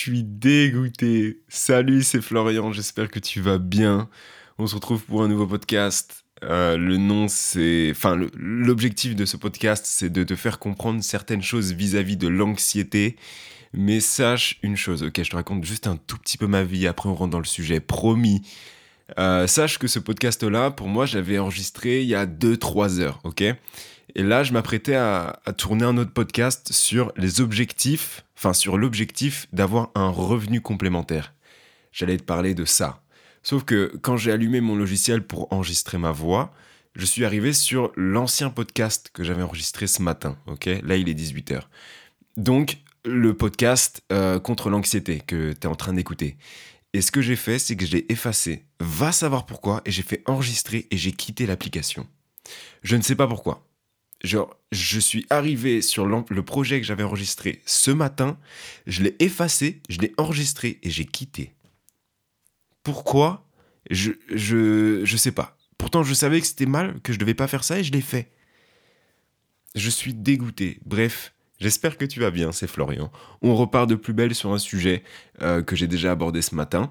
suis dégoûté. Salut, c'est Florian, j'espère que tu vas bien. On se retrouve pour un nouveau podcast. Le nom, c'est... Enfin, l'objectif de ce podcast, c'est de te faire comprendre certaines choses vis-à-vis de l'anxiété. Mais sache une chose, ok, je te raconte juste un tout petit peu ma vie, après on rentre dans le sujet, promis. Sache que ce podcast-là, pour moi, j'avais enregistré il y a 2-3 heures, ok? Et là, je m'apprêtais à tourner un autre podcast sur les objectifs, enfin sur l'objectif d'avoir un revenu complémentaire. J'allais te parler de ça. Sauf que quand j'ai allumé mon logiciel pour enregistrer ma voix, je suis arrivé sur l'ancien podcast que j'avais enregistré ce matin, ok? Là, il est 18h. Donc, le podcast contre l'anxiété que tu es en train d'écouter. Et ce que j'ai fait, c'est que je l'ai effacé. Va savoir pourquoi, et j'ai fait enregistrer et j'ai quitté l'application. Je ne sais pas pourquoi. Genre, je suis arrivé sur le projet que j'avais enregistré ce matin, je l'ai effacé, je l'ai enregistré et j'ai quitté. Pourquoi ? Je sais pas. Pourtant, je savais que c'était mal, que je devais pas faire ça et je l'ai fait. Je suis dégoûté. Bref, j'espère que tu vas bien, c'est Florian. On repart de plus belle sur un sujet que j'ai déjà abordé ce matin.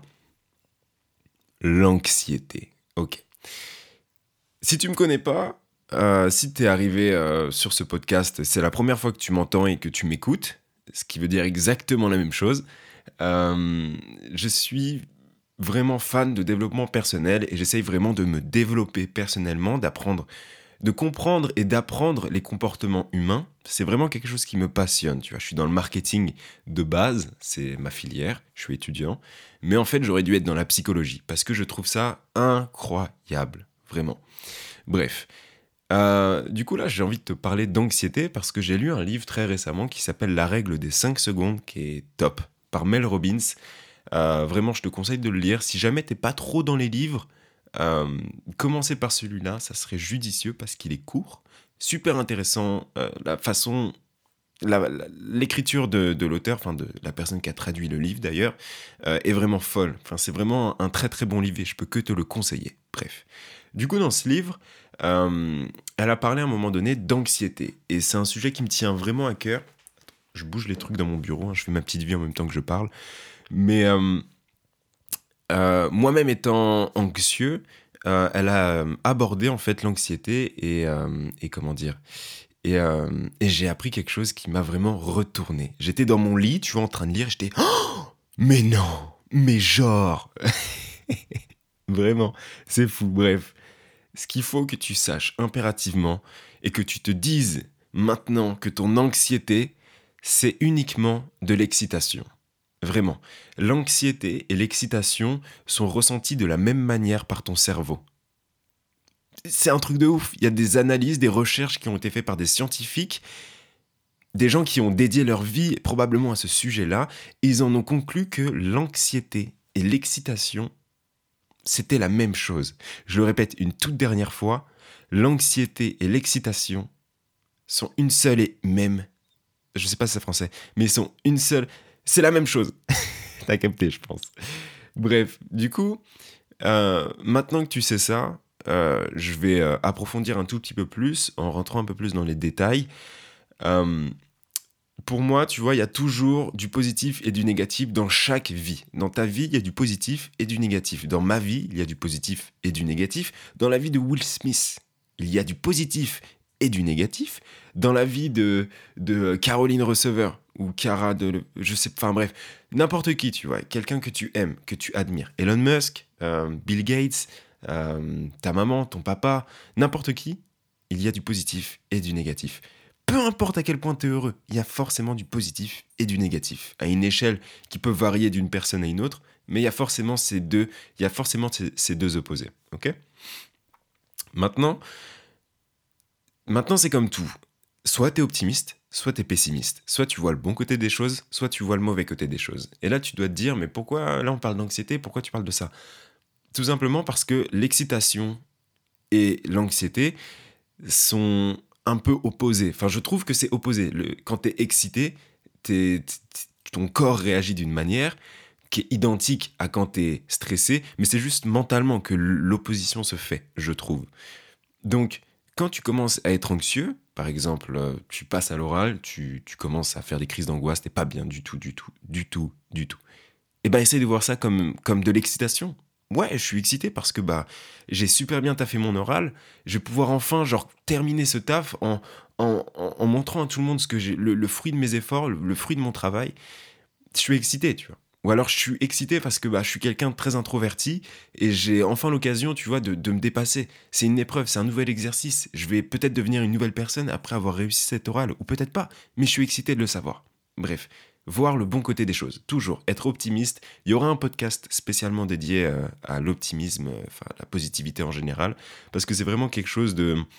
L'anxiété. Ok. Si tu me connais pas, si t'es arrivé sur ce podcast, c'est la première fois que tu m'entends et que tu m'écoutes, ce qui veut dire exactement la même chose. Je suis vraiment fan de développement personnel et j'essaye vraiment de me développer personnellement, d'apprendre, de comprendre et d'apprendre les comportements humains. C'est vraiment quelque chose qui me passionne, tu vois. Je suis dans le marketing de base, c'est ma filière, je suis étudiant, mais en fait j'aurais dû être dans la psychologie parce que je trouve ça incroyable, vraiment. Bref. Du coup là j'ai envie de te parler d'anxiété parce que j'ai lu un livre très récemment qui s'appelle La règle des 5 secondes qui est top, par Mel Robbins. Vraiment je te conseille de le lire. Si jamais t'es pas trop dans les livres, commencer par celui-là, ça serait judicieux parce qu'il est court, super intéressant, la façon... l'écriture de l'auteur, enfin de la personne qui a traduit le livre d'ailleurs, est vraiment folle. Enfin, c'est vraiment un très très bon livre et je peux que te le conseiller. Bref. Du coup, dans ce livre, elle a parlé à un moment donné d'anxiété. Et c'est un sujet qui me tient vraiment à cœur. Je bouge les trucs dans mon bureau, hein, je fais ma petite vie en même temps que je parle. Mais moi-même étant anxieux, elle a abordé en fait l'anxiété et comment dire et j'ai appris quelque chose qui m'a vraiment retourné. J'étais dans mon lit, tu vois, en train de lire, j'étais oh, mais non, mais genre, vraiment, c'est fou. Bref, ce qu'il faut que tu saches impérativement et que tu te dises maintenant que ton anxiété, c'est uniquement de l'excitation. Vraiment, l'anxiété et l'excitation sont ressentis de la même manière par ton cerveau. C'est un truc de ouf. Il y a des analyses, des recherches qui ont été faites par des scientifiques, des gens qui ont dédié leur vie probablement à ce sujet-là, et ils en ont conclu que l'anxiété et l'excitation, c'était la même chose. Je le répète une toute dernière fois, l'anxiété et l'excitation sont une seule et même, je sais pas si c'est français, mais ils sont une seule, c'est la même chose. T'as capté, je pense. Bref, du coup, maintenant que tu sais ça, je vais approfondir un tout petit peu plus en rentrant un peu plus dans les détails. Euh, pour moi, tu vois, il y a toujours du positif et du négatif dans chaque vie. Dans ta vie, il y a du positif et du négatif. Dans ma vie, il y a du positif et du négatif. Dans la vie de Will Smith, il y a du positif et du négatif. Dans la vie de Caroline Receveur ou Cara je sais, enfin bref, n'importe qui, tu vois, quelqu'un que tu aimes, que tu admires. Elon Musk, Bill Gates, ta maman, ton papa, n'importe qui, il y a du positif et du négatif. Peu importe à quel point tu es heureux, il y a forcément du positif et du négatif, à une échelle qui peut varier d'une personne à une autre, mais il y a forcément ces deux opposés, ok ? Maintenant, c'est comme tout. Soit tu es optimiste, soit tu es pessimiste. Soit tu vois le bon côté des choses, soit tu vois le mauvais côté des choses. Et là, tu dois te dire, mais pourquoi, là on parle d'anxiété, pourquoi tu parles de ça ? Tout simplement parce que l'excitation et l'anxiété sont un peu opposés. Enfin, je trouve que c'est opposé. Quand t'es excité, ton corps réagit d'une manière qui est identique à quand t'es stressé, mais c'est juste mentalement que l'opposition se fait, je trouve. Donc, quand tu commences à être anxieux, par exemple, tu passes à l'oral, tu commences à faire des crises d'angoisse, t'es pas bien du tout, du tout. Et bah, essaye de voir ça comme de l'excitation. Ouais, je suis excité parce que bah j'ai super bien taffé mon oral. Je vais pouvoir enfin genre terminer ce taf en montrant à tout le monde ce que j'ai, le fruit de mes efforts, le fruit de mon travail. Je suis excité, tu vois. Ou alors je suis excité parce que bah, je suis quelqu'un de très introverti et j'ai enfin l'occasion, tu vois, de me dépasser. C'est une épreuve, c'est un nouvel exercice. Je vais peut-être devenir une nouvelle personne après avoir réussi cet oral, ou peut-être pas, mais je suis excité de le savoir. Bref, voir le bon côté des choses, toujours être optimiste. Il y aura un podcast spécialement dédié à l'optimisme, enfin à la positivité en général, parce que c'est vraiment quelque chose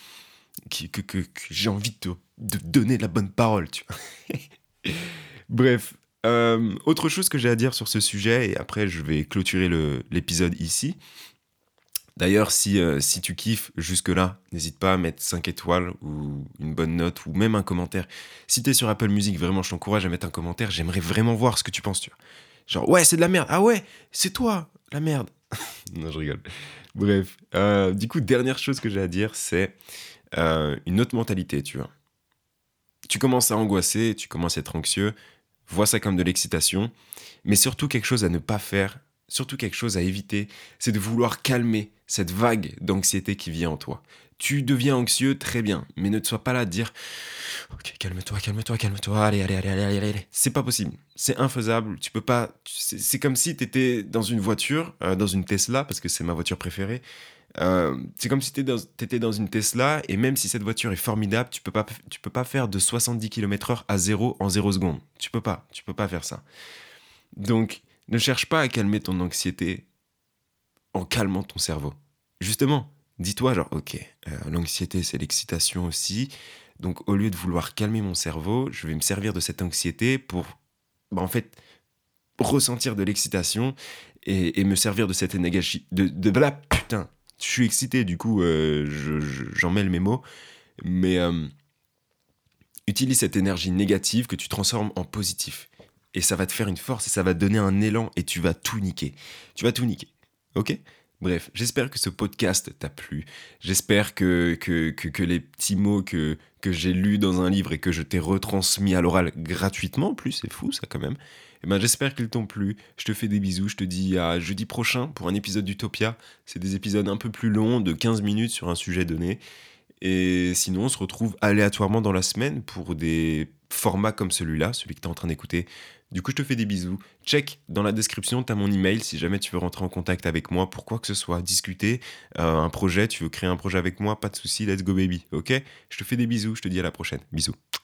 que j'ai envie de donner la bonne parole, tu vois. Bref, autre chose que j'ai à dire sur ce sujet, et après je vais clôturer l'épisode ici. D'ailleurs, si tu kiffes jusque-là, n'hésite pas à mettre 5 étoiles ou une bonne note ou même un commentaire. Si t'es sur Apple Music, vraiment, je t'encourage à mettre un commentaire. J'aimerais vraiment voir ce que tu penses, tu vois. Genre, ouais, c'est de la merde. Ah ouais, c'est toi, la merde. Non, je rigole. Bref, du coup, dernière chose que j'ai à dire, c'est une autre mentalité, tu vois. Tu commences à angoisser, tu commences à être anxieux, vois ça comme de l'excitation, mais surtout quelque chose à ne pas faire, surtout quelque chose à éviter, c'est de vouloir calmer cette vague d'anxiété qui vient en toi. Tu deviens anxieux, très bien, mais ne te sois pas là à te dire ok, calme-toi, calme-toi, calme-toi, allez, allez, allez, allez, allez, allez. C'est pas possible, c'est infaisable, tu peux pas. C'est comme si t'étais dans une voiture, dans une Tesla, parce que c'est ma voiture préférée. C'est comme si t'étais dans une Tesla, et même si cette voiture est formidable, tu peux pas faire de 70 km/h à zéro en 0 secondes. Tu peux pas faire ça. Donc, ne cherche pas à calmer ton anxiété en calmant ton cerveau. Justement, dis-toi genre, ok, l'anxiété c'est l'excitation aussi, donc au lieu de vouloir calmer mon cerveau, je vais me servir de cette anxiété pour, bah, en fait, ressentir de l'excitation et me servir de cette énergie, bla, putain, je suis excité, du coup, j'en mêle mes mots, mais utilise cette énergie négative que tu transformes en positif. Et ça va te faire une force et ça va te donner un élan et tu vas tout niquer. Tu vas tout niquer. Ok? Bref, j'espère que ce podcast t'a plu. J'espère que les petits mots que j'ai lus dans un livre et que je t'ai retransmis à l'oral gratuitement, en plus, c'est fou ça quand même. Eh ben, j'espère qu'ils t'ont plu. Je te fais des bisous. Je te dis à jeudi prochain pour un épisode d'Utopia. C'est des épisodes un peu plus longs, de 15 minutes sur un sujet donné. Et sinon, on se retrouve aléatoirement dans la semaine pour des formats comme celui-là, celui que tu es en train d'écouter. Du coup, je te fais des bisous. Check dans la description, tu as mon email si jamais tu veux rentrer en contact avec moi pour quoi que ce soit, discuter, un projet, tu veux créer un projet avec moi, pas de souci, let's go baby, ok? Je te fais des bisous, je te dis à la prochaine. Bisous.